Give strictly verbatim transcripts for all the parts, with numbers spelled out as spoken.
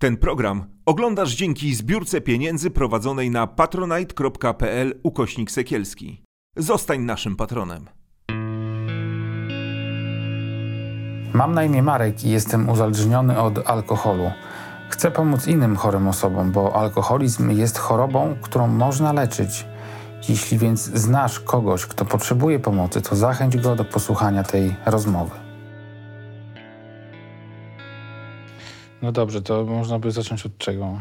Ten program oglądasz dzięki zbiórce pieniędzy prowadzonej na patronite.pl ukośnik Sekielski. Zostań naszym patronem. Mam na imię Marek i jestem uzależniony od alkoholu. Chcę pomóc innym chorym osobom, bo alkoholizm jest chorobą, którą można leczyć. Jeśli więc znasz kogoś, kto potrzebuje pomocy, to zachęć go do posłuchania tej rozmowy. No dobrze, to można by zacząć od czego?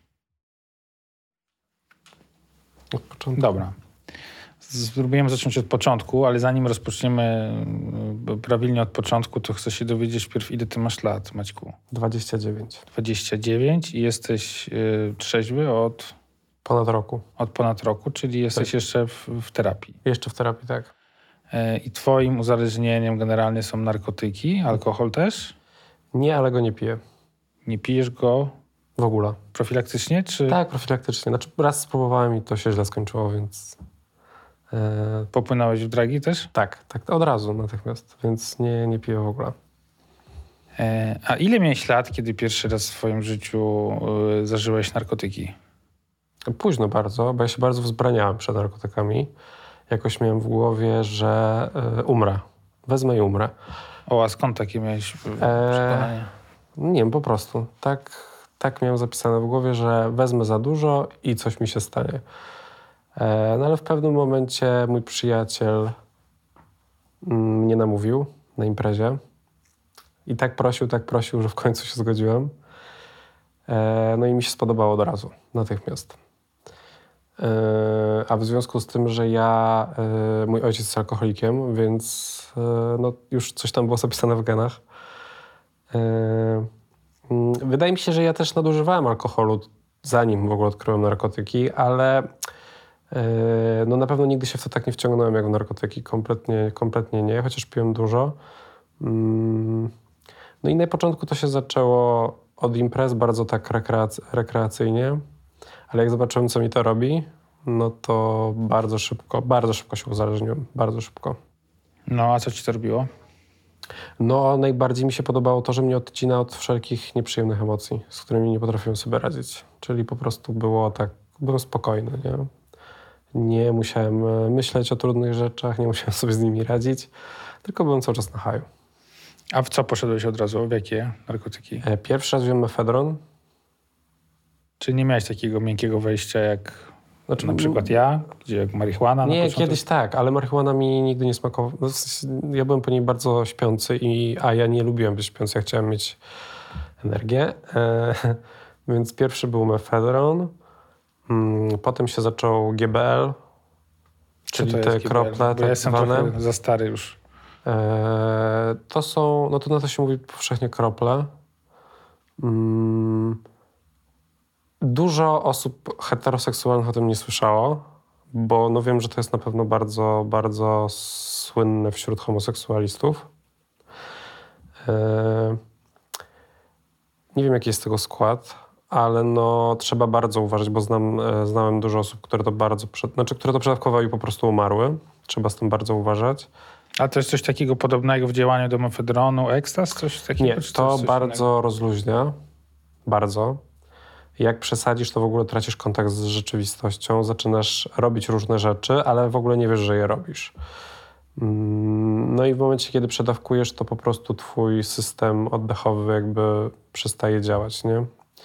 Od początku. Dobra. Spróbujemy zacząć od początku, ale zanim rozpoczniemy prawilnie od początku, to chcę się dowiedzieć wpierw, ile ty masz lat, Maćku? dwadzieścia dziewięć. dwadzieścia dziewięć i jesteś y, trzeźwy od... Ponad roku. Od ponad roku, czyli jesteś tak. jeszcze w, w terapii. Jeszcze w terapii, tak. Y, I twoim uzależnieniem generalnie są narkotyki, alkohol też? Nie, ale go nie piję. Nie pijesz go w ogóle? Profilaktycznie, czy... Tak, profilaktycznie. Znaczy raz spróbowałem i to się źle skończyło, więc... E... Popłynąłeś w dragi też? Tak, tak, od razu natychmiast, więc nie, nie piję w ogóle. E, a ile miałeś lat, kiedy pierwszy raz w swoim życiu y, zażyłeś narkotyki? Późno bardzo, bo ja się bardzo wzbraniałem przed narkotykami. Jakoś miałem w głowie, że y, umrę. Wezmę i umrę. O, a skąd takie miałeś przekonanie? E... Nie wiem, po prostu. Tak, tak miałem zapisane w głowie, że wezmę za dużo i coś mi się stanie. E, no ale w pewnym momencie mój przyjaciel mnie namówił na imprezie i tak prosił, tak prosił, że w końcu się zgodziłem. E, no i mi się spodobało od razu, natychmiast. E, a w związku z tym, że ja, e, mój ojciec jest alkoholikiem, więc e, no, już coś tam było zapisane w genach. Wydaje mi się, że ja też nadużywałem alkoholu, zanim w ogóle odkryłem narkotyki, ale no na pewno nigdy się w to tak nie wciągnąłem jak w narkotyki. Kompletnie, kompletnie nie, chociaż piłem dużo. No i na początku to się zaczęło od imprez bardzo tak rekreac- rekreacyjnie, ale jak zobaczyłem, co mi to robi, no to bardzo szybko, bardzo szybko się uzależniłem, bardzo szybko. No a co ci to robiło? No, najbardziej mi się podobało to, że mnie odcina od wszelkich nieprzyjemnych emocji, z którymi nie potrafiłem sobie radzić. Czyli po prostu było tak, byłem spokojny, nie? Nie musiałem myśleć o trudnych rzeczach, nie musiałem sobie z nimi radzić, tylko byłem cały czas na haju. A w co poszedłeś od razu? W jakie narkotyki? Pierwszy raz wziąłem mefedron. Czy nie miałeś takiego miękkiego wejścia jak... Znaczy, na przykład ja, gdzie jak marihuana? Nie, kiedyś tak, ale marihuana mi nigdy nie smakowała. No, w sensie, ja byłem po niej bardzo śpiący, i, a ja nie lubiłem być śpiący, ja chciałem mieć energię. E, więc pierwszy był mefedron, mm, potem się zaczął G B L, czyli te krople. Bo ja jestem trochę za stary już. E, to są, no to na to się mówi powszechnie krople. Mm, Dużo osób heteroseksualnych o tym nie słyszało, bo no wiem, że to jest na pewno bardzo, bardzo słynne wśród homoseksualistów. Eee, nie wiem, jaki jest tego skład, ale no trzeba bardzo uważać, bo znam, e, znałem dużo osób, które to bardzo, przed, znaczy, które to przedawkowały i po prostu umarły. Trzeba z tym bardzo uważać. A to jest coś takiego podobnego w działaniu do mefedronu, ekstaz? Coś takiego? Nie, to, to bardzo innego? Rozluźnia. Bardzo. Jak przesadzisz, to w ogóle tracisz kontakt z rzeczywistością, zaczynasz robić różne rzeczy, ale w ogóle nie wiesz, że je robisz. No i w momencie, kiedy przedawkujesz, to po prostu twój system oddechowy jakby przestaje działać, nie?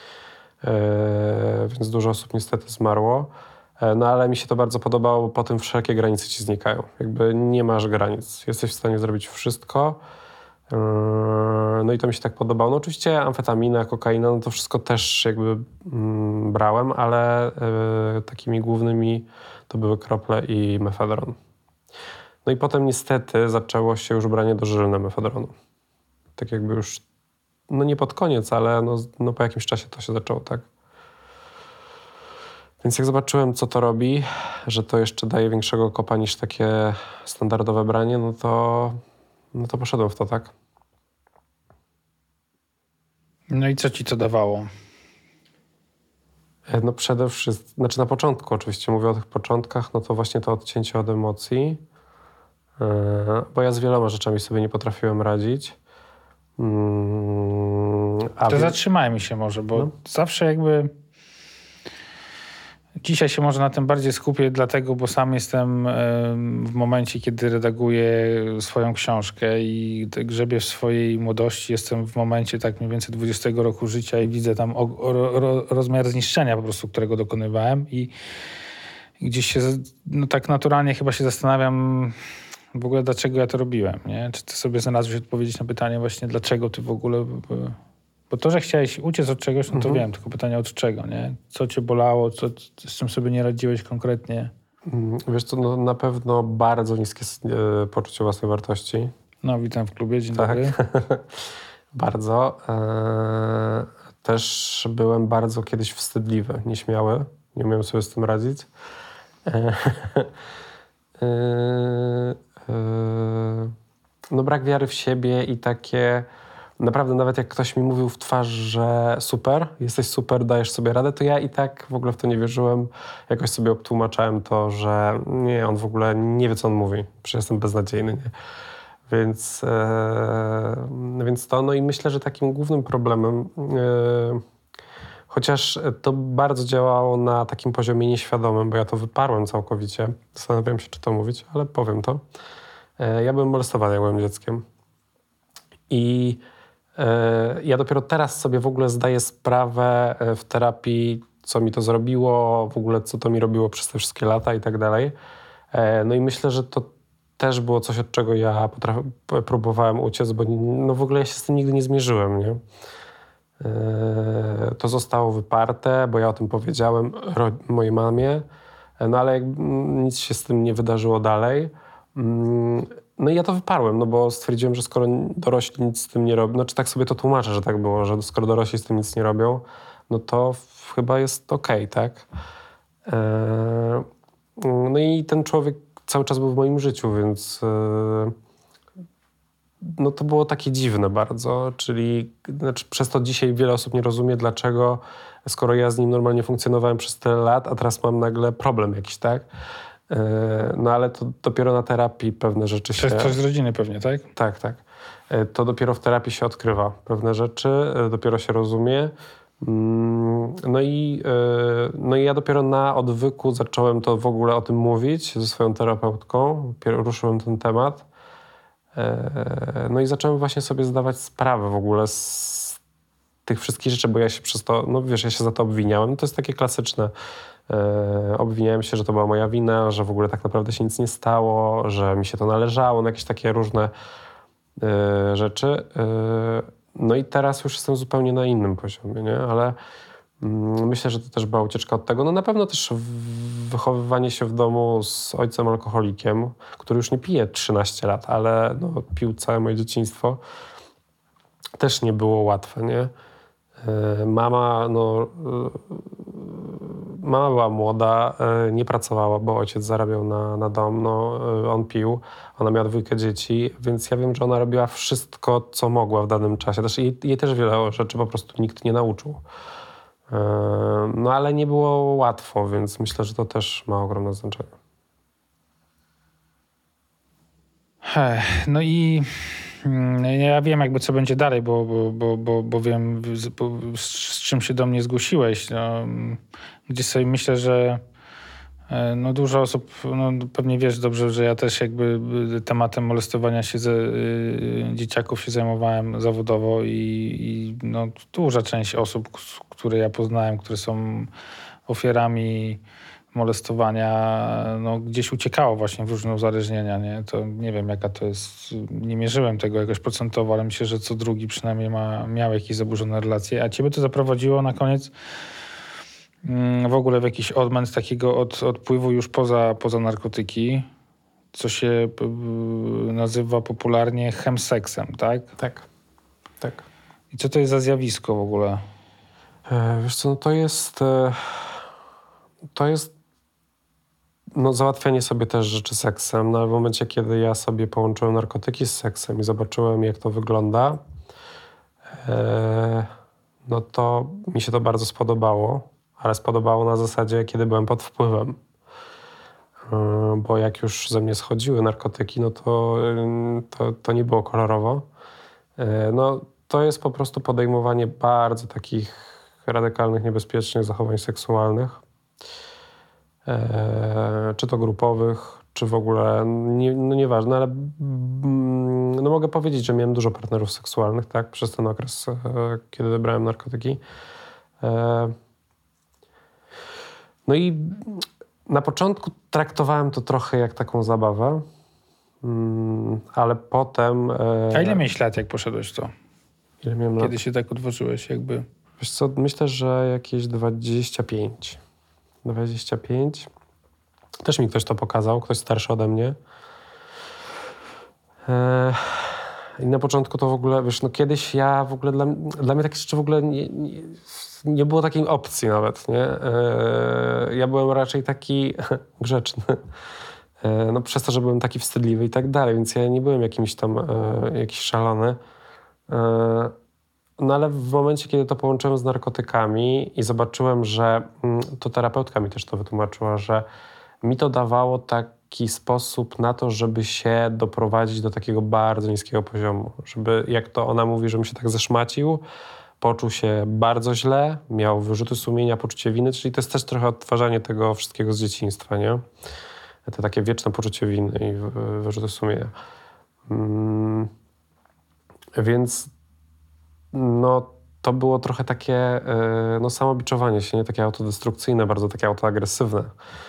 Eee, więc dużo osób niestety zmarło. Eee, no ale mi się to bardzo podobało, bo potem wszelkie granice ci znikają. Jakby nie masz granic. Jesteś w stanie zrobić wszystko. No i to mi się tak podobało. No oczywiście amfetamina, kokaina, no to wszystko też jakby mm, brałem, ale y, takimi głównymi to były krople i mefedron. No i potem niestety zaczęło się już branie dożylne mefedronu. Tak jakby już, no nie pod koniec, ale no, no po jakimś czasie to się zaczęło, tak. Więc jak zobaczyłem, co to robi, że to jeszcze daje większego kopa niż takie standardowe branie, no to No to poszedłem w to, tak? No i co ci to dawało? No przede wszystkim, znaczy na początku oczywiście, mówię o tych początkach, no to właśnie to odcięcie od emocji, yy, bo ja z wieloma rzeczami sobie nie potrafiłem radzić. Yy, A to wie... zatrzymajmy się może, bo no. zawsze jakby... Dzisiaj się może na tym bardziej skupię, dlatego, bo sam jestem w momencie, kiedy redaguję swoją książkę i grzebię w swojej młodości. Jestem w momencie tak mniej więcej dwudziestego roku życia i widzę tam o, o, o, rozmiar zniszczenia po prostu, którego dokonywałem i, i gdzieś się no, tak naturalnie chyba się zastanawiam w ogóle, dlaczego ja to robiłem, nie? Czy ty sobie znalazłeś odpowiedzieć na pytanie właśnie, dlaczego ty w ogóle... Bo to, że chciałeś uciec od czegoś, no to mhm. wiem, tylko pytanie od czego, nie? Co cię bolało, co, z czym sobie nie radziłeś konkretnie? Wiesz co, no na pewno bardzo niskie e, poczucie własnej wartości. No, witam w klubie, dzień tak. dobry. Bardzo. E, też byłem bardzo kiedyś wstydliwy, nieśmiały. Nie umiałem sobie z tym radzić. E, e, e, no brak wiary w siebie i takie... Naprawdę nawet jak ktoś mi mówił w twarz, że super, jesteś super, dajesz sobie radę, to ja i tak w ogóle w to nie wierzyłem. Jakoś sobie obtłumaczałem to, że nie, on w ogóle nie wie, co on mówi. Przecież jestem beznadziejny, nie? Więc, e, więc to, no i myślę, że takim głównym problemem, e, chociaż to bardzo działało na takim poziomie nieświadomym, bo ja to wyparłem całkowicie. Zastanawiam się, czy to mówić, ale powiem to. E, ja byłem molestowany, jak byłem dzieckiem. I ja dopiero teraz sobie w ogóle zdaję sprawę w terapii, co mi to zrobiło, w ogóle co to mi robiło przez te wszystkie lata i tak dalej. No i myślę, że to też było coś, od czego ja potraf- próbowałem uciec, bo no w ogóle ja się z tym nigdy nie zmierzyłem, nie? To zostało wyparte, bo ja o tym powiedziałem ro- mojej mamie, no ale nic się z tym nie wydarzyło dalej. No i ja to wyparłem, no bo stwierdziłem, że skoro dorośli nic z tym nie robią, znaczy tak sobie to tłumaczę, że tak było, że skoro dorośli z tym nic nie robią, no to f- chyba jest okej, tak? Eee, no i ten człowiek cały czas był w moim życiu, więc e, no to było takie dziwne bardzo, czyli znaczy, przez to dzisiaj wiele osób nie rozumie, dlaczego skoro ja z nim normalnie funkcjonowałem przez tyle lat, a teraz mam nagle problem jakiś, tak? No ale to dopiero na terapii pewne rzeczy się... To jest coś z rodziny pewnie, tak? Tak, tak. To dopiero w terapii się odkrywa pewne rzeczy, dopiero się rozumie. No i, no i ja dopiero na odwyku zacząłem to w ogóle o tym mówić ze swoją terapeutką. Dopiero ruszyłem ten temat. No i zacząłem właśnie sobie zdawać sprawę w ogóle z tych wszystkich rzeczy, bo ja się przez to, no wiesz, ja się za to obwiniałem. To jest takie klasyczne. E, obwiniałem się, że to była moja wina, że w ogóle tak naprawdę się nic nie stało, że mi się to należało, no jakieś takie różne e, rzeczy. E, no i teraz już jestem zupełnie na innym poziomie, nie? Ale mm, myślę, że to też była ucieczka od tego. No na pewno też wychowywanie się w domu z ojcem alkoholikiem, który już nie pije trzynaście lat, ale no, pił całe moje dzieciństwo. Też nie było łatwe, nie? Mama, no, mama była młoda, nie pracowała, bo ojciec zarabiał na, na dom, no, on pił, ona miała dwójkę dzieci, więc ja wiem, że ona robiła wszystko, co mogła w danym czasie. Też jej, jej też wiele rzeczy po prostu nikt nie nauczył. No ale nie było łatwo, więc myślę, że to też ma ogromne znaczenie. No i ja wiem jakby co będzie dalej, bo, bo, bo, bo, bo wiem z, bo, z czym się do mnie zgłosiłeś. No, gdzieś sobie myślę, że no dużo osób, no pewnie wiesz dobrze, że ja też jakby tematem molestowania się ze, y, dzieciaków się zajmowałem zawodowo i, i no, duża część osób, które ja poznałem, które są ofiarami molestowania, no gdzieś uciekało właśnie w różne uzależnienia, nie? To nie wiem jaka to jest, nie mierzyłem tego jakoś procentowo, ale myślę, że co drugi przynajmniej ma, miał jakieś zaburzone relacje, a ciebie to zaprowadziło na koniec w ogóle w jakiś odmęt takiego od, odpływu już poza, poza narkotyki, co się nazywa popularnie chemseksem, tak? Tak, tak. I co to jest za zjawisko w ogóle? E, wiesz co, no to jest e, to jest no, załatwianie sobie też rzeczy seksem. No, ale w momencie, kiedy ja sobie połączyłem narkotyki z seksem i zobaczyłem, jak to wygląda, e, no to mi się to bardzo spodobało. Ale spodobało na zasadzie, kiedy byłem pod wpływem. E, bo jak już ze mnie schodziły narkotyki, no to, to, to nie było kolorowo. E, no to jest po prostu podejmowanie bardzo takich radykalnych, niebezpiecznych zachowań seksualnych. E, czy to grupowych, czy w ogóle, nie, no nieważne, ale mm, no mogę powiedzieć, że miałem dużo partnerów seksualnych, tak, przez ten okres, e, kiedy brałem narkotyki. E, no i na początku traktowałem to trochę jak taką zabawę, mm, ale potem... E, A ile miałeś lat, jak poszedłeś w to? Ile miałem Kiedy lat? się tak odważyłeś, jakby? Wiesz co, myślę, że jakieś dwadzieścia pięć. dwadzieścia pięć. Też mi ktoś to pokazał, ktoś starszy ode mnie. Eee, I na początku to w ogóle, wiesz, no kiedyś ja w ogóle, dla, dla mnie takie rzeczy w ogóle nie, nie, nie było takiej opcji nawet, nie? Eee, ja byłem raczej taki grzeczny. Eee, no przez to, że byłem taki wstydliwy i tak dalej, więc ja nie byłem jakimś tam e, jakiś szalony. Eee, No ale w momencie, kiedy to połączyłem z narkotykami i zobaczyłem, że to terapeutka mi też to wytłumaczyła, że mi to dawało taki sposób na to, żeby się doprowadzić do takiego bardzo niskiego poziomu. Żeby, jak to ona mówi, żebym się tak zeszmacił, poczuł się bardzo źle, miał wyrzuty sumienia, poczucie winy, czyli to jest też trochę odtwarzanie tego wszystkiego z dzieciństwa, nie? To takie wieczne poczucie winy i wyrzuty sumienia. Hmm. Więc no to było trochę takie no, samobiczowanie się, nie takie autodestrukcyjne, bardzo takie autoagresywne.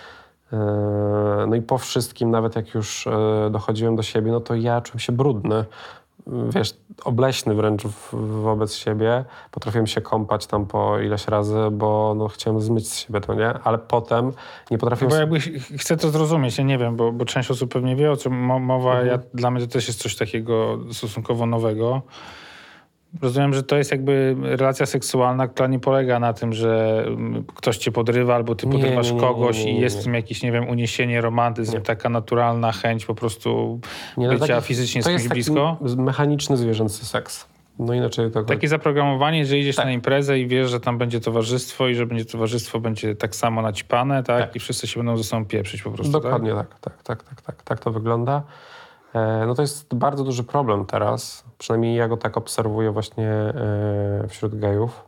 No i po wszystkim, nawet jak już dochodziłem do siebie, no to ja czułem się brudny, wiesz, obleśny wręcz w, wobec siebie. Potrafiłem się kąpać tam po ileś razy, bo no, chciałem zmyć z siebie to, nie? Ale potem nie potrafiłem... Bo jakby ch- chcę to zrozumieć, ja nie wiem, bo, bo część osób pewnie wie, o czym mo- mowa. Mhm. Ja, dla mnie to też jest coś takiego stosunkowo nowego. Rozumiem, że to jest jakby relacja seksualna, która nie polega na tym, że ktoś cię podrywa albo ty podrywasz nie, nie, nie, kogoś nie, nie, nie, nie. i jest w tym jakieś, nie wiem, uniesienie, romantyzm, nie. taka naturalna chęć po prostu nie, no bycia taki, fizycznie z kimś blisko. To jest mechaniczny, zwierzęcy seks. No inaczej to... Takie zaprogramowanie, że idziesz tak. na imprezę i wiesz, że tam będzie towarzystwo i że będzie towarzystwo będzie tak samo naćpane, tak? tak? I wszyscy się będą ze sobą pieprzyć po prostu, Dokładnie tak? tak, tak, tak, tak, tak, tak to wygląda. No to jest bardzo duży problem teraz, przynajmniej ja go tak obserwuję właśnie wśród gejów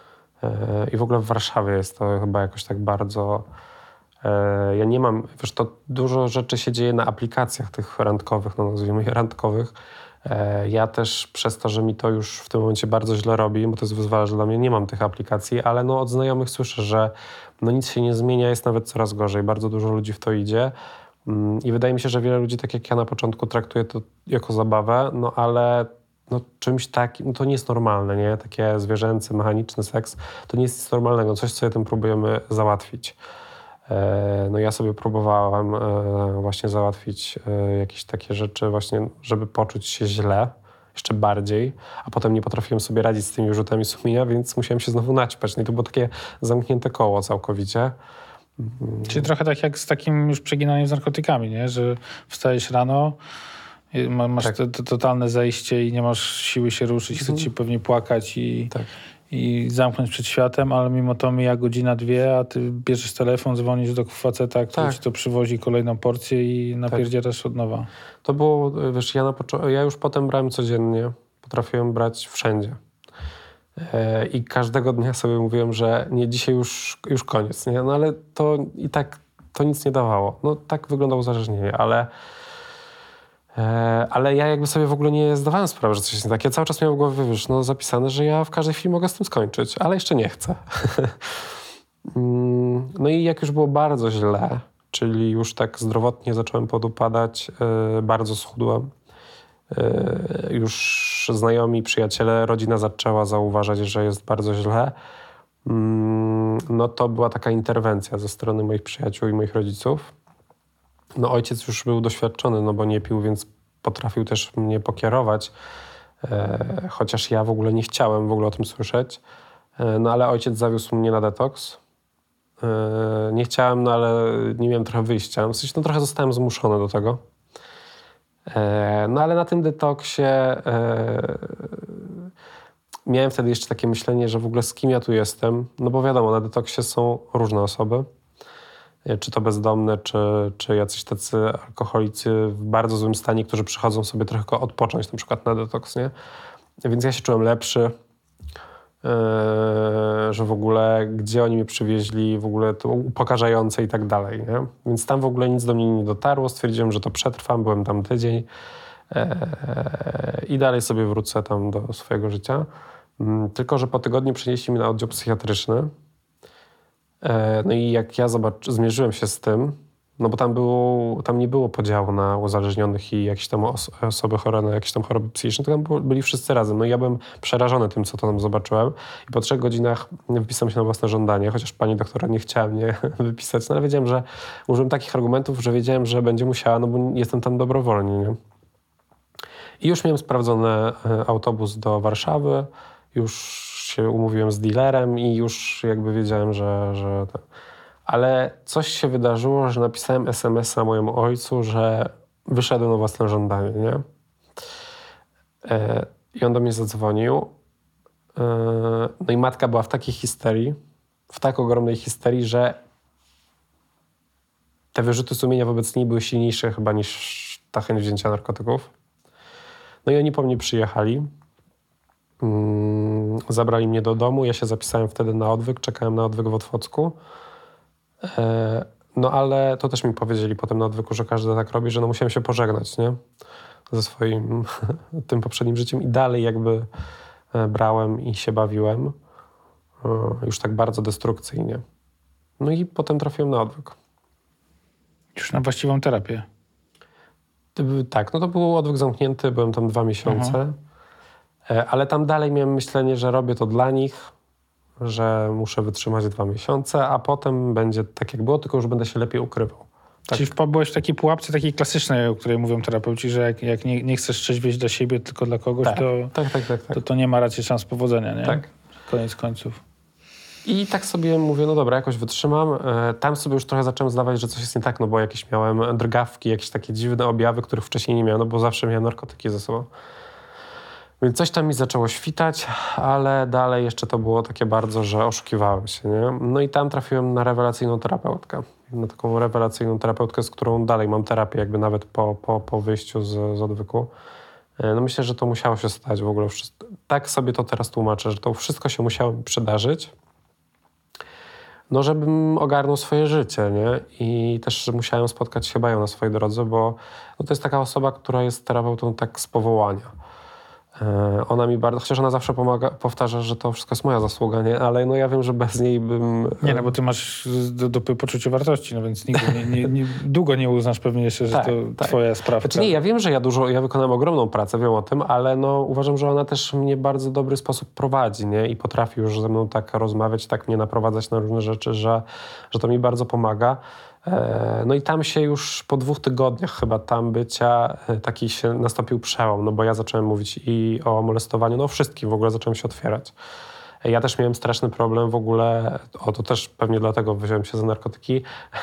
i w ogóle w Warszawie jest to chyba jakoś tak bardzo... Ja nie mam, wiesz, to dużo rzeczy się dzieje na aplikacjach tych randkowych, no nazwijmy je randkowych. Ja też przez to, że mi to już w tym momencie bardzo źle robi, bo to jest wyzwalacz dla mnie, nie mam tych aplikacji, ale no od znajomych słyszę, że no nic się nie zmienia, jest nawet coraz gorzej, bardzo dużo ludzi w to idzie. I wydaje mi się, że wiele ludzi, tak jak ja na początku, traktuje to jako zabawę, no ale no, czymś takim, no to nie jest normalne, nie? Takie zwierzęcy, mechaniczny seks, to nie jest nic normalnego, coś, co tym próbujemy załatwić. E, no ja sobie próbowałem e, właśnie załatwić e, jakieś takie rzeczy właśnie, żeby poczuć się źle, jeszcze bardziej, a potem nie potrafiłem sobie radzić z tymi wyrzutami sumienia, więc musiałem się znowu naćpać. No i to było takie zamknięte koło całkowicie. Czyli trochę tak jak z takim już przeginaniem z narkotykami, nie? Że wstajesz rano, masz tak. to, to totalne zejście i nie masz siły się ruszyć, chce ci pewnie płakać i, tak. i zamknąć przed światem, ale mimo to mija godzina, dwie, a ty bierzesz telefon, dzwonisz do faceta, który tak. ci to przywozi kolejną porcję i napierdzielasz tak. od nowa. To było, wiesz, ja, na pocz- ja już potem brałem codziennie, potrafiłem brać wszędzie. I każdego dnia sobie mówiłem, że nie, dzisiaj już, już koniec, nie? No ale to i tak to nic nie dawało. No tak wyglądało uzależnienie, ale, e, ale ja jakby sobie w ogóle nie zdawałem sprawy, że coś jest nie tak. Ja cały czas miałem w głowie, wiesz, no zapisane, że ja w każdej chwili mogę z tym skończyć, ale jeszcze nie chcę. No i jak już było bardzo źle, czyli już tak zdrowotnie zacząłem podupadać, e, bardzo schudłem. Już znajomi, przyjaciele, rodzina zaczęła zauważać, że jest bardzo źle. No to była taka interwencja ze strony moich przyjaciół i moich rodziców. No ojciec już był doświadczony, no bo nie pił, więc potrafił też mnie pokierować. Chociaż ja w ogóle nie chciałem w ogóle o tym słyszeć. No ale ojciec zawiózł mnie na detoks. Nie chciałem, no ale nie miałem trochę wyjścia. W sensie, no trochę zostałem zmuszony do tego. No ale na tym detoksie e, miałem wtedy jeszcze takie myślenie, że w ogóle z kim ja tu jestem, no bo wiadomo, na detoksie są różne osoby, czy to bezdomne, czy, czy jacyś tacy alkoholicy w bardzo złym stanie, którzy przychodzą sobie trochę odpocząć na przykład na detoks, nie? Więc ja się czułem lepszy, Yy, że w ogóle gdzie oni mnie przywieźli, w ogóle to upokarzające i tak dalej. Nie? Więc tam w ogóle nic do mnie nie dotarło. Stwierdziłem, że to przetrwam. Byłem tam tydzień yy, i dalej sobie wrócę tam do swojego życia. Yy, tylko, że po tygodniu przenieśli mnie na oddział psychiatryczny. Yy, no i jak ja zobacz, zmierzyłem się z tym, no bo tam, było, tam nie było podziału na uzależnionych i jakieś tam os- osoby chore na jakieś tam choroby psychiczne, to tam było, byli wszyscy razem. No i ja byłem przerażony tym, co to tam zobaczyłem. I po trzech godzinach wypisałem się na własne żądanie, chociaż pani doktora nie chciała mnie wypisać. No ale wiedziałem, że użyłem takich argumentów, że wiedziałem, że będzie musiała, no bo jestem tam dobrowolnie, nie? I już miałem sprawdzony autobus do Warszawy, już się umówiłem z dealerem i już jakby wiedziałem, że... że to... Ale coś się wydarzyło, że napisałem es em es a mojemu ojcu, że wyszedłem na własne żądanie, nie? I on do mnie zadzwonił. No i matka była w takiej histerii, w tak ogromnej histerii, że te wyrzuty sumienia wobec niej były silniejsze chyba niż ta chęć wzięcia narkotyków. No i oni po mnie przyjechali. Zabrali mnie do domu. Ja się zapisałem wtedy na odwyk. Czekałem na odwyk w Otwocku. No ale to też mi powiedzieli potem na odwyku, że każdy tak robi, że no musiałem się pożegnać, nie? Ze swoim tym poprzednim życiem i dalej jakby brałem i się bawiłem już tak bardzo destrukcyjnie. No i potem trafiłem na odwyk. Już na właściwą terapię. Tak, no to był odwyk zamknięty, byłem tam dwa miesiące, mhm. ale tam dalej miałem myślenie, że robię to dla nich, że muszę wytrzymać dwa miesiące, a potem będzie tak jak było, tylko już będę się lepiej ukrywał. Tak. Czyli byłeś w takiej pułapce takiej klasycznej, o której mówią terapeuci, że jak, jak nie, nie chcesz trzeźwieć dla siebie, tylko dla kogoś, tak. To, tak, tak, tak, tak. To, to nie ma raczej szans powodzenia, nie? Tak. Koniec końców. I tak sobie mówię, no dobra, jakoś wytrzymam. Tam sobie już trochę zacząłem zdawać, że coś jest nie tak, no bo jakieś miałem drgawki, jakieś takie dziwne objawy, których wcześniej nie miałem, no bo zawsze miałem narkotyki ze sobą. Więc coś tam mi zaczęło świtać, ale dalej jeszcze to było takie bardzo, że oszukiwałem się, nie? No i tam trafiłem na rewelacyjną terapeutkę. Na taką rewelacyjną terapeutkę, z którą dalej mam terapię, jakby nawet po, po, po wyjściu z, z odwyku. No myślę, że to musiało się stać w ogóle. Wszystko. Tak sobie to teraz tłumaczę, że to wszystko się musiało mi przydarzyć, no żebym ogarnął swoje życie, nie? I też musiałem spotkać się chyba ją na swojej drodze, bo no to jest taka osoba, która jest terapeutą tak z powołania. Ona mi bardzo, chociaż ona zawsze pomaga, powtarza, że to wszystko jest moja zasługa, nie? Ale no ja wiem, że bez niej bym... Nie, no bo ty masz do dupy poczucie wartości, no więc nigdy nie, nie, nie, długo nie uznasz pewnie jeszcze, że tak, to tak. twoja sprawa. Znaczy nie, ja wiem, że ja dużo, ja wykonałem ogromną pracę, wiem o tym, ale no uważam, że ona też mnie w bardzo dobry sposób prowadzi, nie? I potrafi już ze mną tak rozmawiać, tak mnie naprowadzać na różne rzeczy, że, że to mi bardzo pomaga. No i tam się już po dwóch tygodniach chyba tam bycia taki się nastąpił przełom, no bo ja zacząłem mówić i o molestowaniu, no o wszystkim w ogóle zacząłem się otwierać. Ja też miałem straszny problem w ogóle, o to też pewnie dlatego wziąłem się za narkotyki,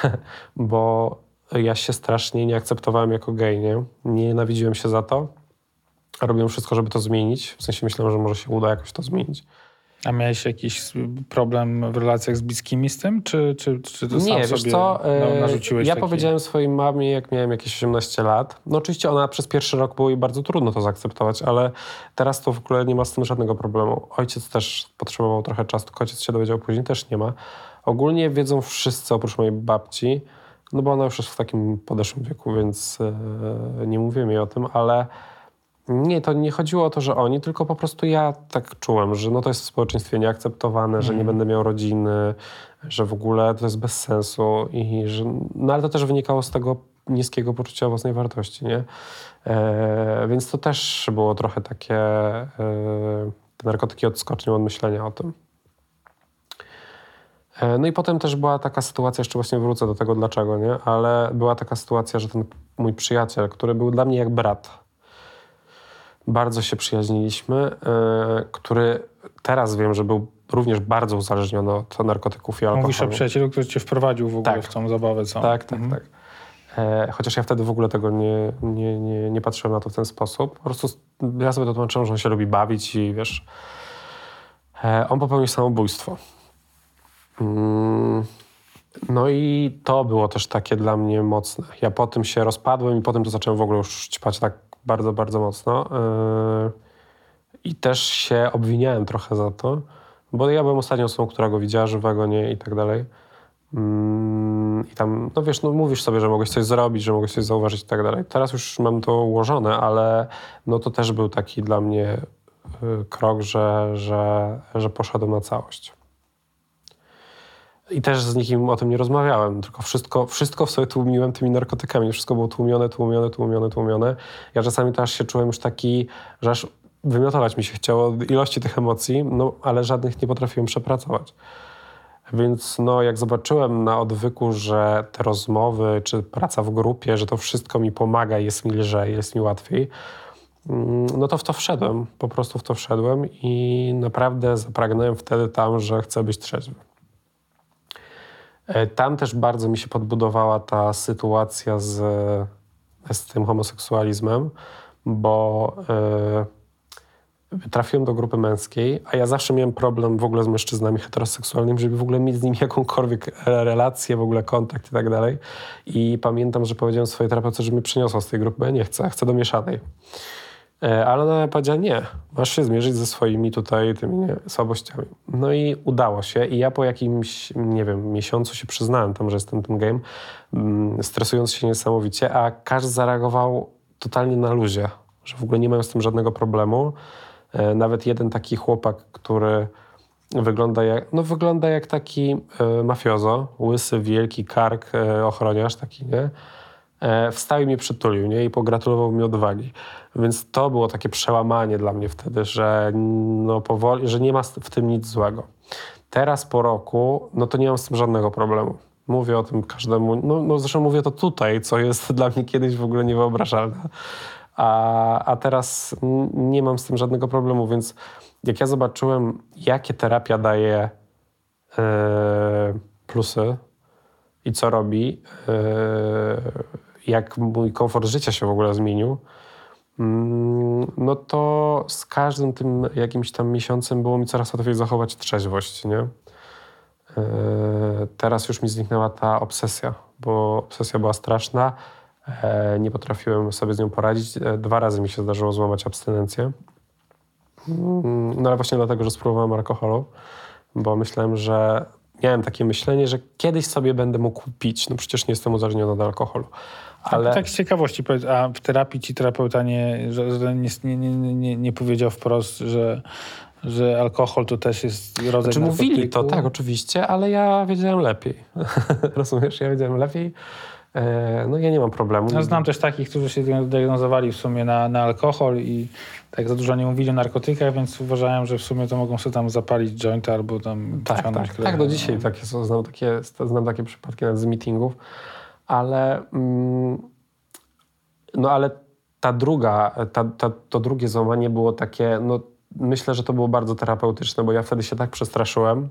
bo ja się strasznie nie akceptowałem jako gej, nie? Nie nienawidziłem się za to, robiłem wszystko, żeby to zmienić, w sensie myślałem, że może się uda jakoś to zmienić. A miałeś jakiś problem w relacjach z bliskimi z tym, czy, czy, czy to sam nie, sobie wiesz co, no, narzuciłeś ja taki... powiedziałem swojej mamie, jak miałem jakieś osiemnaście lat. No oczywiście ona przez pierwszy rok było jej bardzo trudno to zaakceptować, ale teraz to w ogóle nie ma z tym żadnego problemu. Ojciec też potrzebował trochę czasu, ojciec się dowiedział później, też nie ma. Ogólnie wiedzą wszyscy oprócz mojej babci, no bo ona już jest w takim podeszłym wieku, więc yy, nie mówię mi o tym, ale nie, to nie chodziło o to, że oni, tylko po prostu ja tak czułem, że no to jest w społeczeństwie nieakceptowane, mm. że nie będę miał rodziny, że w ogóle to jest bez sensu i że, no ale to też wynikało z tego niskiego poczucia własnej wartości, nie? E, więc to też było trochę takie e, te narkotyki odskocznią od myślenia o tym. E, no i potem też była taka sytuacja, jeszcze właśnie wrócę do tego dlaczego, nie? Ale była taka sytuacja, że ten mój przyjaciel, który był dla mnie jak brat, bardzo się przyjaźniliśmy, yy, który teraz wiem, że był również bardzo uzależniony od narkotyków i alkoholu. Mówisz o przyjacielu, który cię wprowadził w ogóle tak. w tą zabawę całą. Tak, tak, mhm. tak. E, chociaż ja wtedy w ogóle tego nie, nie, nie, nie patrzyłem na to w ten sposób. Po prostu ja sobie to tłumaczyłem, że on się lubi bawić i wiesz... E, on popełnił samobójstwo. Mm, no i to było też takie dla mnie mocne. Ja po tym się rozpadłem i potem to zacząłem w ogóle już ćpać tak bardzo, bardzo mocno. I też się obwiniałem trochę za to, bo ja byłem ostatnią osobą, która go widziała żywego, nie, i tak dalej. I tam, no wiesz, no mówisz sobie, że mogłeś coś zrobić, że mogłeś coś zauważyć i tak dalej. Teraz już mam to ułożone, ale no to też był taki dla mnie krok, że, że, że poszedłem na całość. I też z nikim o tym nie rozmawiałem, tylko wszystko, wszystko w sobie tłumiłem tymi narkotykami. Wszystko było tłumione, tłumione, tłumione, tłumione. Ja czasami to aż się czułem już taki, że aż wymiotować mi się chciało od ilości tych emocji, no ale żadnych nie potrafiłem przepracować. Więc no, jak zobaczyłem na odwyku, że te rozmowy czy praca w grupie, że to wszystko mi pomaga, jest mi lżej, jest mi łatwiej, no to w to wszedłem. Po prostu w to wszedłem i naprawdę zapragnąłem wtedy tam, że chcę być trzeźwy. Tam też bardzo mi się podbudowała ta sytuacja z, z tym homoseksualizmem, bo yy, trafiłem do grupy męskiej, a ja zawsze miałem problem w ogóle z mężczyznami heteroseksualnymi, żeby w ogóle mieć z nimi jakąkolwiek relację, w ogóle kontakt i tak dalej. I pamiętam, że powiedziałem swojej terapeucie, że mnie przyniosła z tej grupy, bo ja nie chcę, chcę do mieszanej. Ale ona powiedziała, nie, masz się zmierzyć ze swoimi tutaj tymi nie, słabościami. No i udało się i ja po jakimś, nie wiem, miesiącu się przyznałem tam, że jestem tym gejem, stresując się niesamowicie, a każdy zareagował totalnie na luzie, że w ogóle nie mają z tym żadnego problemu. Nawet jeden taki chłopak, który wygląda jak, no wygląda jak taki mafiozo, łysy, wielki kark, ochroniarz taki, nie? Wstał i mnie przytulił, nie? I pogratulował mi odwagi. Więc to było takie przełamanie dla mnie wtedy, że, no powoli, że nie ma w tym nic złego. Teraz po roku, no to nie mam z tym żadnego problemu. Mówię o tym każdemu, no, no zresztą mówię to tutaj, co jest dla mnie kiedyś w ogóle niewyobrażalne. A, a teraz nie mam z tym żadnego problemu, więc jak ja zobaczyłem, jakie terapia daje yy, plusy i co robi, yy, jak mój komfort życia się w ogóle zmienił, no to z każdym tym jakimś tam miesiącem było mi coraz łatwiej zachować trzeźwość, nie? Teraz już mi zniknęła ta obsesja, bo obsesja była straszna, nie potrafiłem sobie z nią poradzić. Dwa razy mi się zdarzyło złamać abstynencję. No ale właśnie dlatego, że spróbowałem alkoholu, bo myślałem, że miałem takie myślenie, że kiedyś sobie będę mógł pić. No przecież nie jestem uzależniony od alkoholu. Ale... Tak z ciekawości, powiedz, a w terapii ci terapeuta nie, że nie, nie, nie, nie powiedział wprost, że, że alkohol to też jest rodzaj znaczy, narkotyku? Mówili to, tak, oczywiście, ale ja wiedziałem lepiej. Rozumiesz? Ja wiedziałem lepiej. No ja nie mam problemu. Ja znam też takich, którzy się diagnozowali w sumie na, na alkohol i tak za dużo nie mówili o narkotykach, więc uważałem, że w sumie to mogą sobie tam zapalić jointa albo tam... Tak, tak, krew, tak, do dzisiaj takie są, znam takie, znam takie przypadki nawet z meetingów. Ale, no ale ta druga, ta, ta, to drugie złamanie było takie, no myślę, że to było bardzo terapeutyczne, bo ja wtedy się tak przestraszyłem,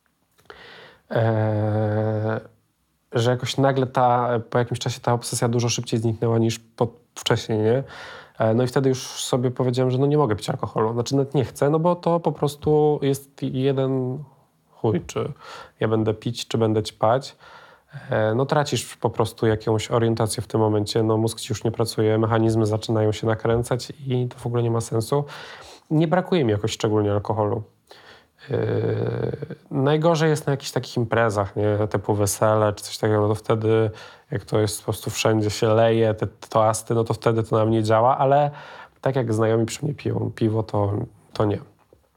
e, że jakoś nagle ta, po jakimś czasie ta obsesja dużo szybciej zniknęła niż po, wcześniej, nie? E, no i wtedy już sobie powiedziałem, że no nie mogę pić alkoholu, znaczy nawet nie chcę, no bo to po prostu jest jeden chuj, czy ja będę pić, czy będę ćpać. No tracisz po prostu jakąś orientację w tym momencie, no mózg ci już nie pracuje, mechanizmy zaczynają się nakręcać i to w ogóle nie ma sensu. Nie brakuje mi jakoś szczególnie alkoholu. Yy, najgorzej jest na jakichś takich imprezach, nie, typu wesele czy coś takiego, no to wtedy jak to jest po prostu wszędzie się leje, te toasty, no to wtedy to na mnie działa, ale tak jak znajomi przy mnie piją piwo, to, to nie.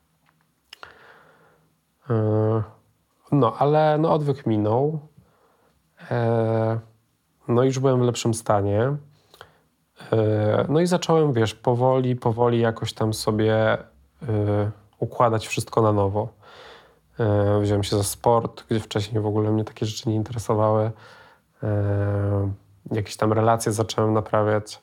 Yy, no ale no odwyk minął. No już byłem w lepszym stanie. No i zacząłem, wiesz, powoli, powoli jakoś tam sobie układać wszystko na nowo. Wziąłem się za sport, gdzie wcześniej w ogóle mnie takie rzeczy nie interesowały. Jakieś tam relacje zacząłem naprawiać.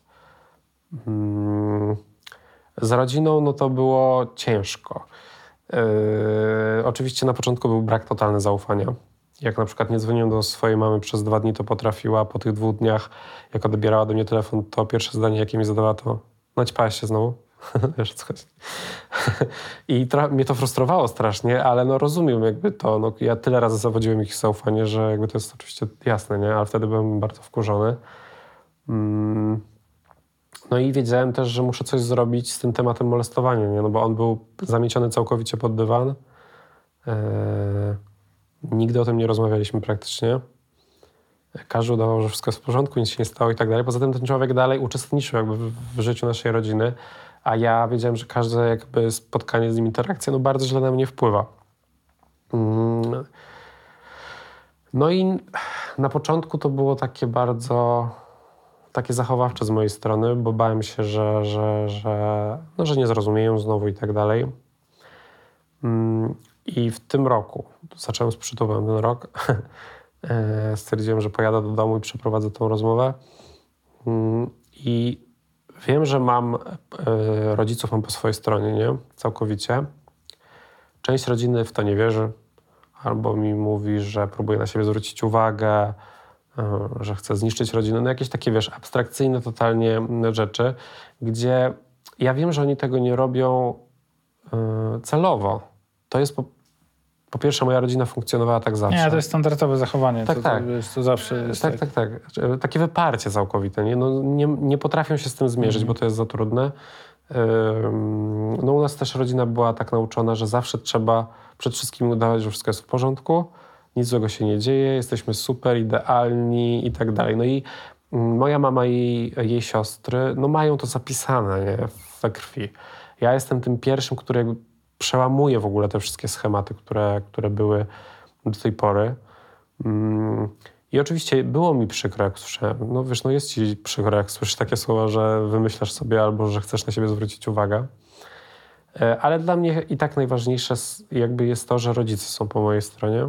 Z rodziną no to było ciężko. Oczywiście na początku był brak totalny zaufania. Jak na przykład nie dzwoniłem do swojej mamy przez dwa dni, to potrafiła po tych dwóch dniach, jak odbierała do mnie telefon, to pierwsze zdanie, jakie mi zadała, to naćpałeś się znowu. Wiesz, o co chodzi. I trochę mnie to frustrowało strasznie, ale no rozumiem jakby to. No, ja tyle razy zawodziłem ich zaufanie, że jakby to jest oczywiście jasne, nie? Ale wtedy byłem bardzo wkurzony. Mm. No i wiedziałem też, że muszę coś zrobić z tym tematem molestowania, nie? No bo on był zamieciony całkowicie pod dywan. Eee, nigdy o tym nie rozmawialiśmy praktycznie. Każdy udawał, że wszystko jest w porządku, nic się nie stało i tak dalej. Poza tym ten człowiek dalej uczestniczył jakby w, w życiu naszej rodziny, a ja wiedziałem, że każde jakby spotkanie z nim, interakcja, no bardzo źle na mnie wpływa. Mm. No i na początku to było takie bardzo, takie zachowawcze z mojej strony, bo bałem się, że, że, że, no, że nie zrozumieją znowu i tak dalej. Mm. I w tym roku, zacząłem z przytupem ten rok, stwierdziłem, że pojadę do domu i przeprowadzę tą rozmowę. I wiem, że mam rodziców, mam po swojej stronie, nie? Całkowicie. Część rodziny w to nie wierzy. Albo mi mówi, że próbuje na siebie zwrócić uwagę, że chce zniszczyć rodzinę. No jakieś takie, wiesz, abstrakcyjne totalnie rzeczy, gdzie ja wiem, że oni tego nie robią celowo. To jest po Po pierwsze, moja rodzina funkcjonowała tak zawsze. Nie, to jest standardowe zachowanie. Tak, to, tak. To, jest, to zawsze jest tak, tak, tak, tak. Takie wyparcie całkowite. Nie, no, nie, nie potrafią się z tym zmierzyć, mm. bo to jest za trudne. No, u nas też rodzina była tak nauczona, że zawsze trzeba przed wszystkim udawać, że wszystko jest w porządku, nic złego się nie dzieje, jesteśmy super, idealni i tak dalej. No i moja mama i jej siostry no, mają to zapisane, nie, we krwi. Ja jestem tym pierwszym, który jakby przełamuje w ogóle te wszystkie schematy, które, które były do tej pory. I oczywiście było mi przykro, jak słyszałem. No wiesz, no jest ci przykro, jak słyszysz takie słowa, że wymyślasz sobie albo że chcesz na siebie zwrócić uwagę. Ale dla mnie i tak najważniejsze jakby jest to, że rodzice są po mojej stronie.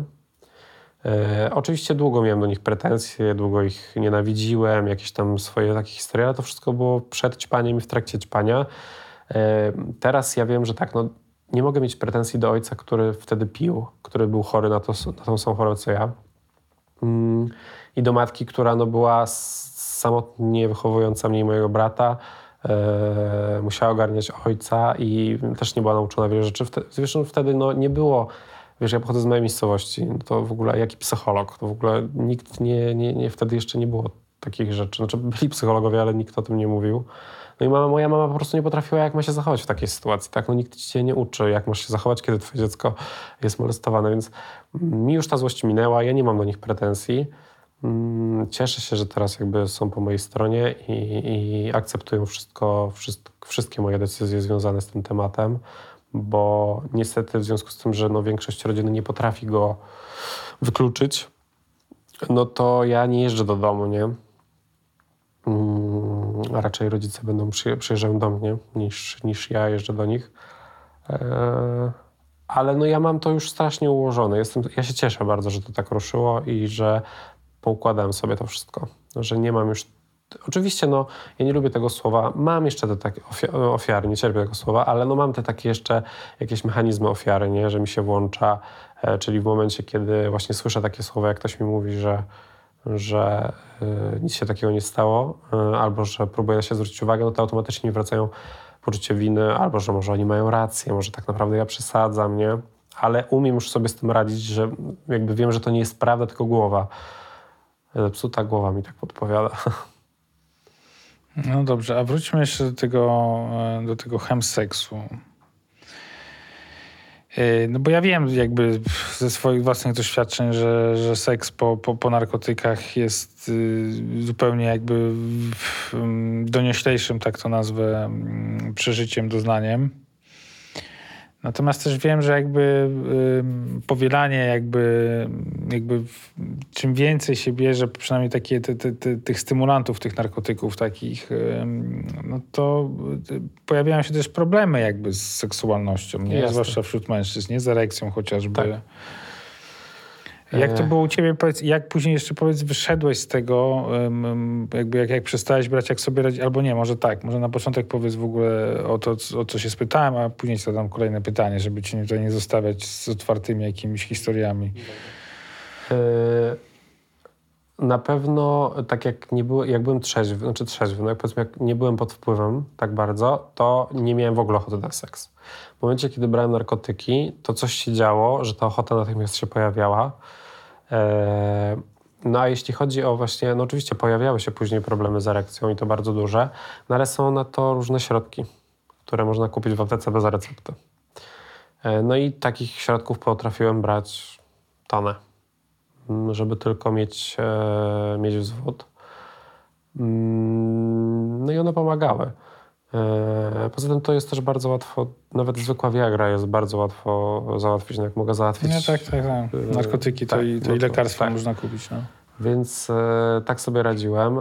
E, oczywiście długo miałem do nich pretensje, długo ich nienawidziłem, jakieś tam swoje takie historie, ale to wszystko było przed ćpaniem i w trakcie ćpania. E, teraz ja wiem, że tak, no nie mogę mieć pretensji do ojca, który wtedy pił, który był chory na, to, na tą samą chorobę co ja. Mm, I do matki, która no, była samotnie wychowująca mnie i mojego brata. E, musiała ogarniać ojca i też nie była nauczona wiele rzeczy. Wtedy, wiesz, no, wtedy no, nie było, wiesz, ja pochodzę z małej miejscowości, no, to w ogóle jaki psycholog, to w ogóle nikt nie, nie, nie, wtedy jeszcze nie było takich rzeczy. Znaczy byli psychologowie, ale nikt o tym nie mówił. No i mama, moja mama po prostu nie potrafiła, jak ma się zachować w takiej sytuacji. Tak? No, nikt cię nie uczy, jak masz się zachować, kiedy twoje dziecko jest molestowane. Więc mi już ta złość minęła, ja nie mam do nich pretensji. Cieszę się, że teraz jakby są po mojej stronie i, i akceptują wszystko, wszystko, wszystkie moje decyzje związane z tym tematem, bo niestety w związku z tym, że no większość rodziny nie potrafi go wykluczyć, no to ja nie jeżdżę do domu, nie? A raczej rodzice będą przyje- przyjeżdżają do mnie niż, niż ja jeżdżę do nich. Eee, ale no ja mam to już strasznie ułożone. Jestem, ja się cieszę bardzo, że to tak ruszyło i że poukładałem sobie to wszystko. Że nie mam już... Oczywiście no ja nie lubię tego słowa. Mam jeszcze te takie ofi- ofiary, nie cierpię tego słowa, ale no mam te takie jeszcze jakieś mechanizmy ofiary, nie? Że mi się włącza. E, czyli w momencie, kiedy właśnie słyszę takie słowa, jak ktoś mi mówi, że że y, nic się takiego nie stało, y, albo że próbuję na się zwrócić uwagę, no to automatycznie mi wracają poczucie winy, albo że może oni mają rację, może tak naprawdę ja przesadzam, nie? Ale umiem już sobie z tym radzić, że jakby wiem, że to nie jest prawda, tylko głowa. Psuta głowa mi tak podpowiada. No dobrze, a wróćmy jeszcze do tego, do tego chemseksu. No bo ja wiem jakby ze swoich własnych doświadczeń, że, że seks po, po, po narkotykach jest zupełnie jakby donioślejszym, tak to nazwę, przeżyciem, doznaniem. Natomiast też wiem, że jakby powielanie jakby, jakby czym więcej się bierze, przynajmniej takie te, te, te, tych stymulantów, tych narkotyków takich, no to pojawiają się też problemy jakby z seksualnością, nie? Jasne. Zwłaszcza wśród mężczyzn, nie? Z erekcją chociażby. Tak. Jak to było u ciebie? Powiedz, jak później jeszcze powiedz, wyszedłeś z tego, jakby jak, jak przestałeś brać, jak sobie radzić, albo nie, może tak, może na początek powiedz w ogóle o to, o co się spytałem, a później zadam kolejne pytanie, żeby cię tutaj nie zostawiać z otwartymi jakimiś historiami. Na pewno, tak jak nie było, jak byłem trzeźwy, znaczy trzeźwy, no jak powiedzmy, jak nie byłem pod wpływem tak bardzo, to nie miałem w ogóle ochoty na seks. W momencie, kiedy brałem narkotyki, to coś się działo, że ta ochota natychmiast się pojawiała. Eee, No a jeśli chodzi o właśnie, no oczywiście pojawiały się później problemy z erekcją i to bardzo duże, no ale są na to różne środki, które można kupić w aptece bez recepty. No i takich środków potrafiłem brać tonę, żeby tylko mieć, e, mieć wzwód. No i one pomagały. E, poza tym to jest też bardzo łatwo, nawet zwykła Viagra jest bardzo łatwo załatwić, no jak mogę załatwić. No tak, tak, tak. Narkotyki to, tak, i, to no i lekarstwo tak. można kupić. No. Więc e, tak sobie radziłem. E,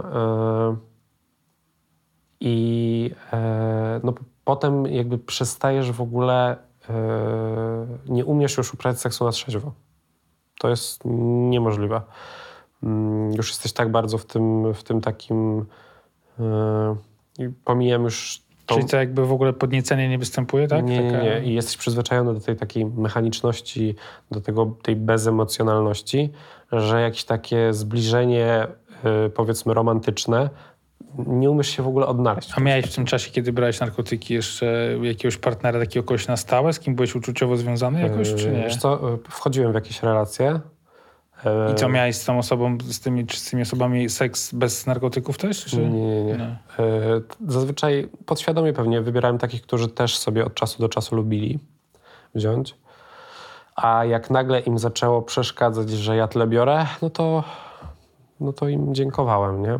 I e, no, potem jakby przestajesz w ogóle, e, nie umiesz już uprawiać seksu na trzeźwo. To jest niemożliwe. Już jesteś tak bardzo w tym, w tym takim... Yy, pomijam już... Tą... Czyli to jakby w ogóle podniecenie nie występuje, tak? Nie, Taka... nie, nie. I jesteś przyzwyczajony do tej takiej mechaniczności, do tego, tej bezemocjonalności, że jakieś takie zbliżenie, yy, powiedzmy, romantyczne, nie umiesz się w ogóle odnaleźć. A miałeś w tym czasie, kiedy brałeś narkotyki, jeszcze jakiegoś partnera, takiego kogoś na stałe, z kim byłeś uczuciowo związany jakoś, czy nie? Wiesz co, wchodziłem w jakieś relacje. I co, miałeś z tą osobą, z tymi, z tymi osobami seks bez narkotyków też? Czy? Nie, nie, nie. nie. Zazwyczaj podświadomie pewnie wybierałem takich, którzy też sobie od czasu do czasu lubili wziąć. A jak nagle im zaczęło przeszkadzać, że ja tyle biorę, no to, no to im dziękowałem, nie?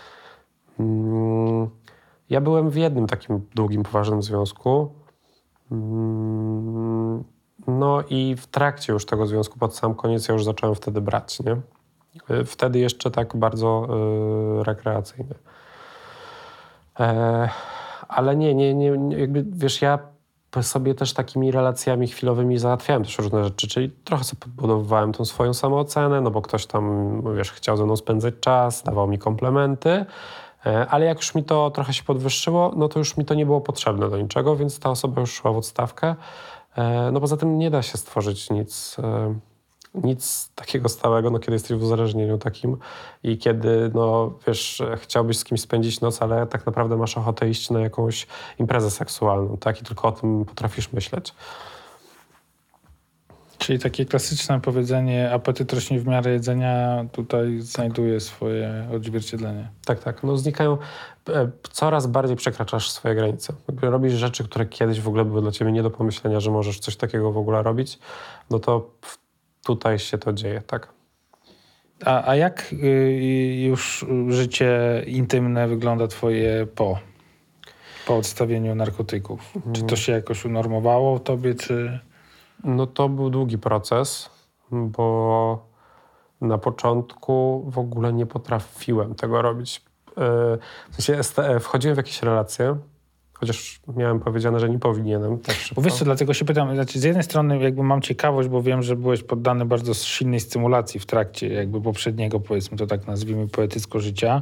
Ja byłem w jednym takim długim, poważnym związku. No i w trakcie już tego związku, pod sam koniec, ja już zacząłem wtedy brać, nie? Wtedy jeszcze tak bardzo yy, rekreacyjny. E, ale nie, nie, nie, jakby, wiesz, ja sobie też takimi relacjami chwilowymi załatwiałem też różne rzeczy, czyli trochę sobie podbudowywałem tą swoją samoocenę, no bo ktoś tam, wiesz, chciał ze mną spędzać czas, dawał mi komplementy, ale jak już mi to trochę się podwyższyło, no to już mi to nie było potrzebne do niczego, więc ta osoba już szła w odstawkę. No poza tym nie da się stworzyć nic, nic takiego stałego, no kiedy jesteś w uzależnieniu takim i kiedy, no wiesz, chciałbyś z kimś spędzić noc, ale tak naprawdę masz ochotę iść na jakąś imprezę seksualną, tak? I tylko o tym potrafisz myśleć. Czyli takie klasyczne powiedzenie, apetyt rośnie w miarę jedzenia, tutaj znajduje swoje odzwierciedlenie. Tak, tak. No znikają, coraz bardziej przekraczasz swoje granice. Jakby robisz rzeczy, które kiedyś w ogóle były dla ciebie nie do pomyślenia, że możesz coś takiego w ogóle robić, no to tutaj się to dzieje, tak. A, a jak y, już życie intymne wygląda twoje po, po odstawieniu narkotyków? Hmm. Czy to się jakoś unormowało w tobie, czy... No to był długi proces, bo na początku w ogóle nie potrafiłem tego robić. W sensie wchodziłem w jakieś relacje, chociaż miałem powiedziane, że nie powinienem tak szybko. Bo wiesz co, dlatego się pytam, znaczy z jednej strony jakby mam ciekawość, bo wiem, że byłeś poddany bardzo silnej stymulacji w trakcie jakby poprzedniego, powiedzmy to tak nazwijmy, poetycko życia,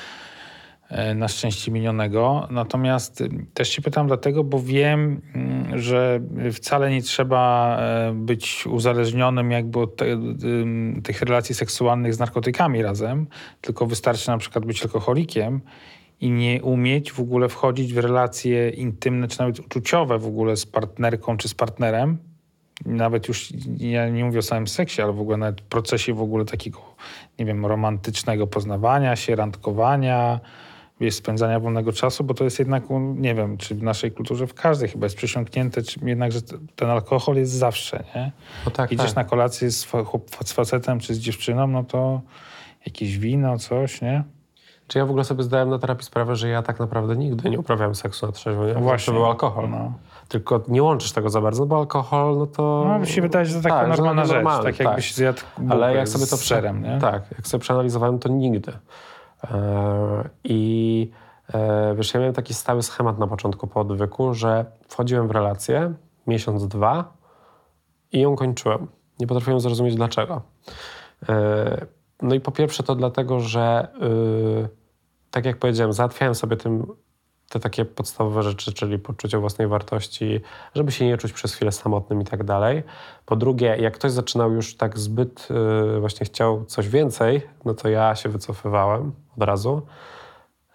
na szczęście minionego. Natomiast też się pytam dlatego, bo wiem, że wcale nie trzeba być uzależnionym jakby od te, tych relacji seksualnych z narkotykami razem, tylko wystarczy na przykład być alkoholikiem i nie umieć w ogóle wchodzić w relacje intymne, czy nawet uczuciowe w ogóle z partnerką, czy z partnerem. Nawet już, ja nie mówię o samym seksie, ale w ogóle nawet w procesie w ogóle takiego, nie wiem, romantycznego poznawania się, randkowania, wiesz, spędzania wolnego czasu, bo to jest jednak, nie wiem, czy w naszej kulturze, w każdej chyba jest przesiąknięte, czy jednak, że ten alkohol jest zawsze, nie? No tak, idziesz tak. na kolację z, z facetem czy z dziewczyną, no to jakieś wino, coś, nie? Czy ja w ogóle sobie zdałem na terapii sprawę, że ja tak naprawdę nigdy nie uprawiałem seksu na trzeźwo, nie? No właśnie. To był alkohol. No. Tylko nie łączysz tego za bardzo, bo alkohol, no to... No mi się wydaje, że to taka tak, normalna że rzecz, normalny, tak jakbyś tak. zjadł bułkę ale jak sobie to z serem, nie? Tak, jak sobie przeanalizowałem, to nigdy. Eee, I e, wiesz, ja miałem taki stały schemat na początku po odwyku, że wchodziłem w relację miesiąc, dwa i ją kończyłem. Nie potrafiłem zrozumieć dlaczego. Eee, no i po pierwsze to dlatego, że yy, tak jak powiedziałem, załatwiałem sobie tym te takie podstawowe rzeczy, czyli poczucie własnej wartości, żeby się nie czuć przez chwilę samotnym i tak dalej. Po drugie, jak ktoś zaczynał już tak zbyt yy, właśnie chciał coś więcej, no to ja się wycofywałem od razu.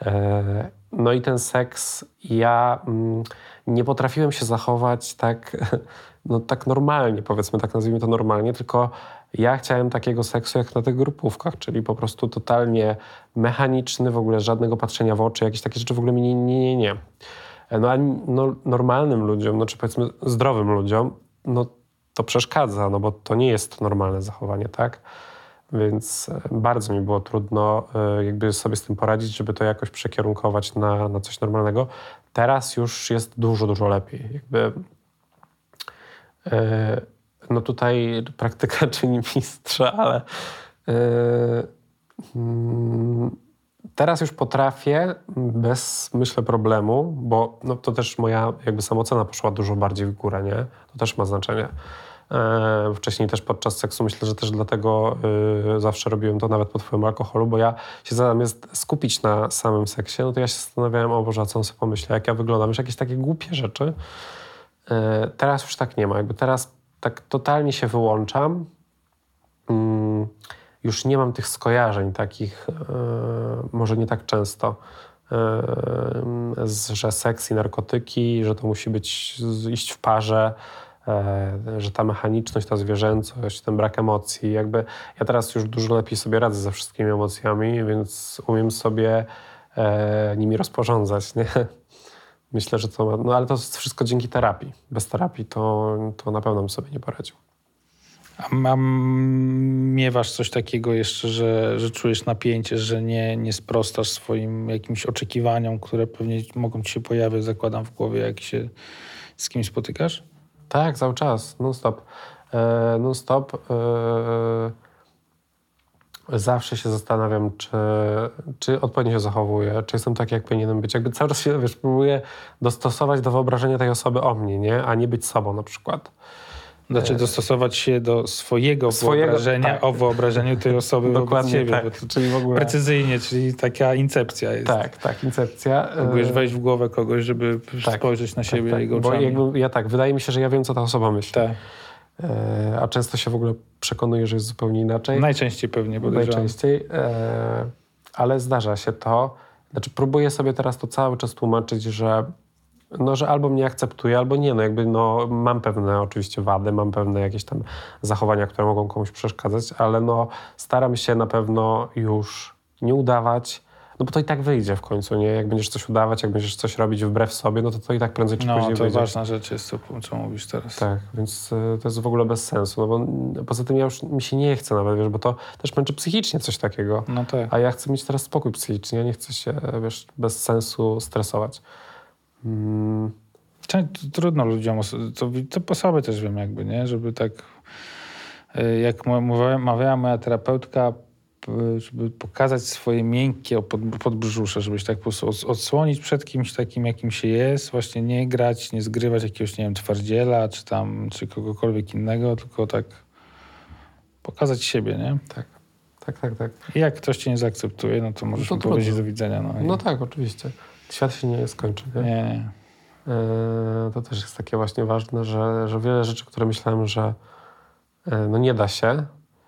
No i ten seks, ja nie potrafiłem się zachować tak, no tak normalnie, powiedzmy, tak nazwijmy to normalnie, tylko ja chciałem takiego seksu jak na tych grupówkach, czyli po prostu totalnie mechaniczny, w ogóle żadnego patrzenia w oczy, jakieś takie rzeczy w ogóle mi nie, nie, nie, nie. No a no, normalnym ludziom, no czy powiedzmy zdrowym ludziom, no to przeszkadza, no bo to nie jest normalne zachowanie, tak? Więc bardzo mi było trudno jakby sobie z tym poradzić, żeby to jakoś przekierunkować na, na coś normalnego. Teraz już jest dużo, dużo lepiej. Jakby, yy, no tutaj praktyka czyni mistrza, ale yy, yy, teraz już potrafię bez, myślę, problemu, bo no to też moja jakby samoocena poszła dużo bardziej w górę, nie? To też ma znaczenie. Wcześniej też podczas seksu myślę, że też dlatego y, zawsze robiłem to nawet pod wpływem alkoholu, bo ja się zamiast skupić na samym seksie, no to ja się zastanawiałem, o Boże, a co on sobie pomyśli, jak ja wyglądam, już jakieś takie głupie rzeczy. Y, teraz już tak nie ma, jakby teraz tak totalnie się wyłączam. Y, już nie mam tych skojarzeń takich, y, może nie tak często, y, że seks i narkotyki, że to musi być iść w parze, że ta mechaniczność, ta zwierzęcość, ten brak emocji, jakby ja teraz już dużo lepiej sobie radzę ze wszystkimi emocjami, więc umiem sobie e, nimi rozporządzać, nie? Myślę, że to ma, no ale to jest wszystko dzięki terapii. Bez terapii to, to na pewno bym sobie nie poradził. A, a miewasz coś takiego jeszcze, że, że czujesz napięcie, że nie, nie sprostasz swoim jakimś oczekiwaniom, które pewnie mogą ci się pojawiać, zakładam, w głowie, jak się z kimś spotykasz? Tak, cały czas, non-stop. E, non-stop. E, zawsze się zastanawiam, czy, czy odpowiednio się zachowuję, czy jestem taki, jak powinienem być. Jakby cały czas się, wiesz, próbuję dostosować do wyobrażenia tej osoby o mnie, nie? A nie być sobą na przykład. Znaczy dostosować się do swojego, swojego wyobrażenia tak. o wyobrażeniu tej osoby Dokładnie ciebie. tak. Bo czyli w ogóle... Precyzyjnie, czyli taka incepcja jest. Tak, tak, incepcja. Próbujesz wejść w głowę kogoś, żeby tak, spojrzeć na siebie tak, jego tak. oczami. Bo jakby, ja tak, wydaje mi się, że ja wiem, co ta osoba myśli. Tak. E, a często się w ogóle przekonuję, że jest zupełnie inaczej. Najczęściej pewnie, podejrzewam. Najczęściej, e, ale zdarza się to. Znaczy próbuję sobie teraz to cały czas tłumaczyć, że no, że albo mnie akceptuje, albo nie. No jakby no, mam pewne oczywiście wady, mam pewne jakieś tam zachowania, które mogą komuś przeszkadzać, ale no staram się na pewno już nie udawać, no bo to i tak wyjdzie w końcu, nie? Jak będziesz coś udawać, jak będziesz coś robić wbrew sobie, no to to i tak prędzej czy no, później to wyjdzie. ważna rzecz jest, co, co mówisz teraz. Tak, więc y, to jest w ogóle bez sensu, no bo poza tym ja już mi się nie chce nawet, wiesz, bo to też męczy psychicznie coś takiego. No tak. A ja chcę mieć teraz spokój psychiczny, ja nie chcę się, wiesz, bez sensu stresować. Hmm. Trudno ludziom, to, to po sobie też wiem jakby, nie? Żeby tak, jak mawiała moja terapeutka, żeby pokazać swoje miękkie pod, podbrzusze, żebyś tak po prostu odsłonić przed kimś takim, jakim się jest, właśnie nie grać, nie zgrywać jakiegoś, nie wiem, twardziela, czy tam, czy kogokolwiek innego, tylko tak pokazać siebie, nie? Tak, tak, tak, tak. I jak ktoś cię nie zaakceptuje, no to możesz no to mu powiedzieć do widzenia. No, no i... tak, oczywiście. Świat się nie skończy, nie? Nie, nie. To też jest takie właśnie ważne, że, że wiele rzeczy, które myślałem, że no nie da się,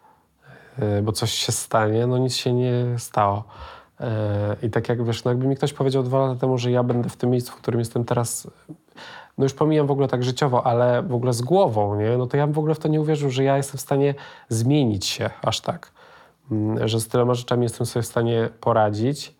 bo coś się stanie, no nic się nie stało. I tak jak wiesz, no jakby mi ktoś powiedział dwa lata temu, że ja będę w tym miejscu, w którym jestem teraz, no już pomijam w ogóle tak życiowo, ale w ogóle z głową, nie? No to ja bym w ogóle w to nie uwierzył, że ja jestem w stanie zmienić się aż tak. Że z tyloma rzeczami jestem sobie w stanie poradzić.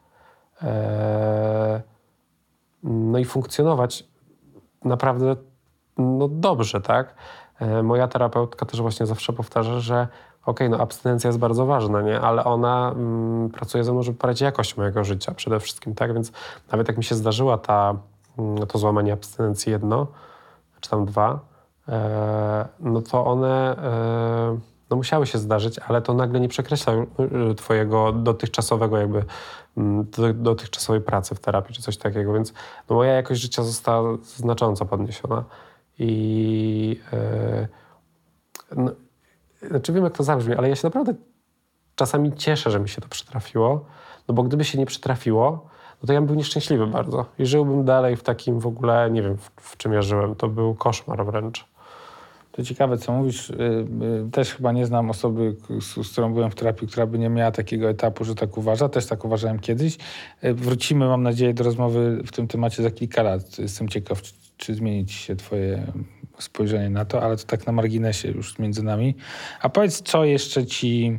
No i funkcjonować naprawdę no dobrze, tak? Moja terapeutka też właśnie zawsze powtarza, że okej, okay, no abstynencja jest bardzo ważna, nie? Ale ona mm, pracuje ze mną, żeby poprawić jakość mojego życia przede wszystkim, tak? Więc nawet jak mi się zdarzyła ta, to złamanie abstynencji jedno, czy tam dwa, e, no to one e, no musiały się zdarzyć, ale to nagle nie przekreśla twojego dotychczasowego jakby do, dotychczasowej pracy w terapii, czy coś takiego, więc no moja jakość życia została znacząco podniesiona i e, no, znaczy wiem, jak to zabrzmi, ale ja się naprawdę czasami cieszę, że mi się to przytrafiło, no bo gdyby się nie przytrafiło, no to ja bym był nieszczęśliwy bardzo i żyłbym dalej w takim w ogóle, nie wiem w, w czym ja żyłem, to był koszmar wręcz. To ciekawe, co mówisz. Też chyba nie znam osoby, z, z którą byłem w terapii, która by nie miała takiego etapu, że tak uważa. Też tak uważałem kiedyś. Wrócimy, mam nadzieję, do rozmowy w tym temacie za kilka lat. Jestem ciekaw, czy, czy zmieni ci się twoje spojrzenie na to, ale to tak na marginesie już między nami. A powiedz, co jeszcze ci...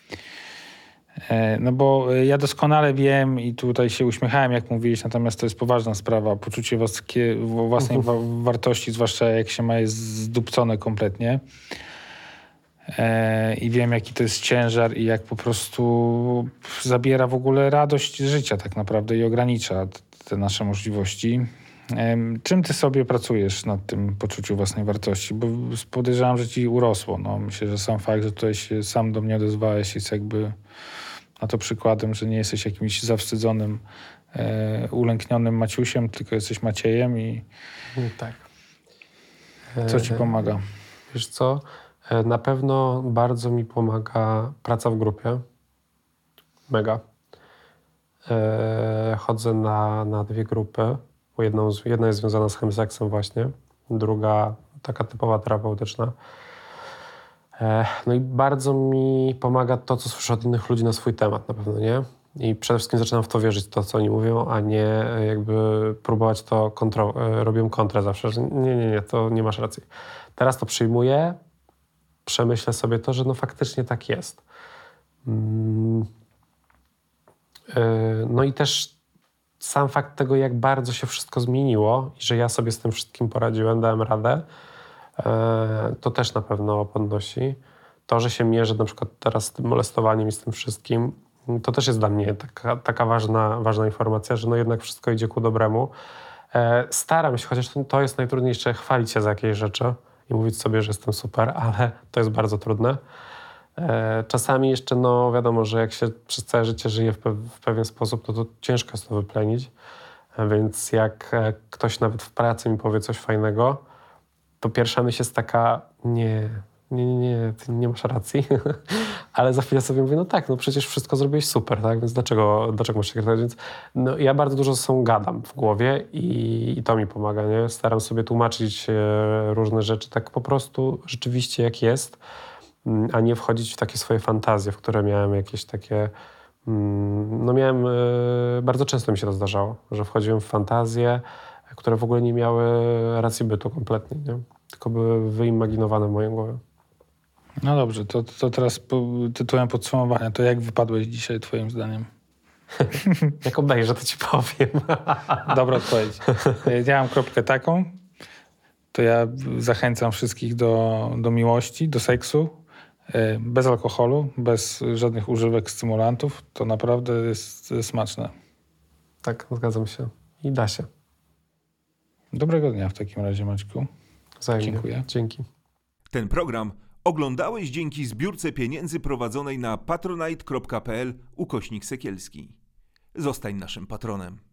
No bo ja doskonale wiem i tutaj się uśmiechałem, jak mówiłeś, natomiast to jest poważna sprawa, poczucie własnej wa wartości, zwłaszcza jak się ma jest zdupcone kompletnie. I wiem, jaki to jest ciężar i jak po prostu zabiera w ogóle radość życia tak naprawdę i ogranicza te nasze możliwości. Czym ty sobie pracujesz nad tym poczuciu własnej wartości? Bo podejrzewam, że ci urosło. No, myślę, że sam fakt, że tutaj się sam do mnie odezwałeś, jest jakby na to przykładem, że nie jesteś jakimś zawstydzonym, e, ulęknionym Maciusiem, tylko jesteś Maciejem i tak. Co ci pomaga? Wiesz co? Na pewno bardzo mi pomaga praca w grupie. Mega. Chodzę na, na dwie grupy. Jedną, jedna jest związana z chemseksem właśnie, druga taka typowa terapeutyczna. No i bardzo mi pomaga to, co słyszę od innych ludzi na swój temat na pewno, nie? I przede wszystkim zaczynam w to wierzyć, to co oni mówią, a nie jakby próbować to, kontro, robię kontrę zawsze, że nie, nie, nie, to nie masz racji. Teraz to przyjmuję, przemyślę sobie to, że no faktycznie tak jest. No i też sam fakt tego, jak bardzo się wszystko zmieniło i że ja sobie z tym wszystkim poradziłem, dałem radę, to też na pewno podnosi. To, że się mierzę na przykład teraz z tym molestowaniem i z tym wszystkim, to też jest dla mnie taka, taka ważna, ważna informacja, że no jednak wszystko idzie ku dobremu. Staram się, chociaż to jest najtrudniejsze, chwalić się za jakieś rzeczy i mówić sobie, że jestem super, ale to jest bardzo trudne. Czasami jeszcze, no wiadomo, że jak się przez całe życie żyje w, pe w pewien sposób, to, to ciężko jest to wyplenić. Więc jak ktoś nawet w pracy mi powie coś fajnego, to pierwsza myśl jest taka, nie, nie, nie, nie, ty nie masz racji. Ale za chwilę sobie mówię, no tak, no przecież wszystko zrobiłeś super, tak? Więc dlaczego, dlaczego masz się krytykować? Więc no, ja bardzo dużo ze sobą gadam w głowie i, i to mi pomaga, nie? Staram sobie tłumaczyć e, różne rzeczy tak po prostu rzeczywiście jak jest, a nie wchodzić w takie swoje fantazje, w które miałem jakieś takie... No miałem... E, bardzo często mi się to zdarzało, że wchodziłem w fantazje, które w ogóle nie miały racji bytu kompletnie, nie? Tylko były wyimaginowane w mojej głowie. No dobrze, to, to teraz po, tytułem podsumowania, to jak wypadłeś dzisiaj twoim zdaniem? Jak obejrzę, to ci powiem. Dobra odpowiedź. Ja mam kropkę taką, to ja zachęcam wszystkich do, do miłości, do seksu, bez alkoholu, bez żadnych używek stymulantów. To naprawdę jest smaczne. Tak, zgadzam się. I da się. Dobrego dnia w takim razie, Maćku. Wzajemnie. Dziękuję. Dzięki. Ten program oglądałeś dzięki zbiórce pieniędzy prowadzonej na patronite kropka pl ukośnik Sekielski. Zostań naszym patronem.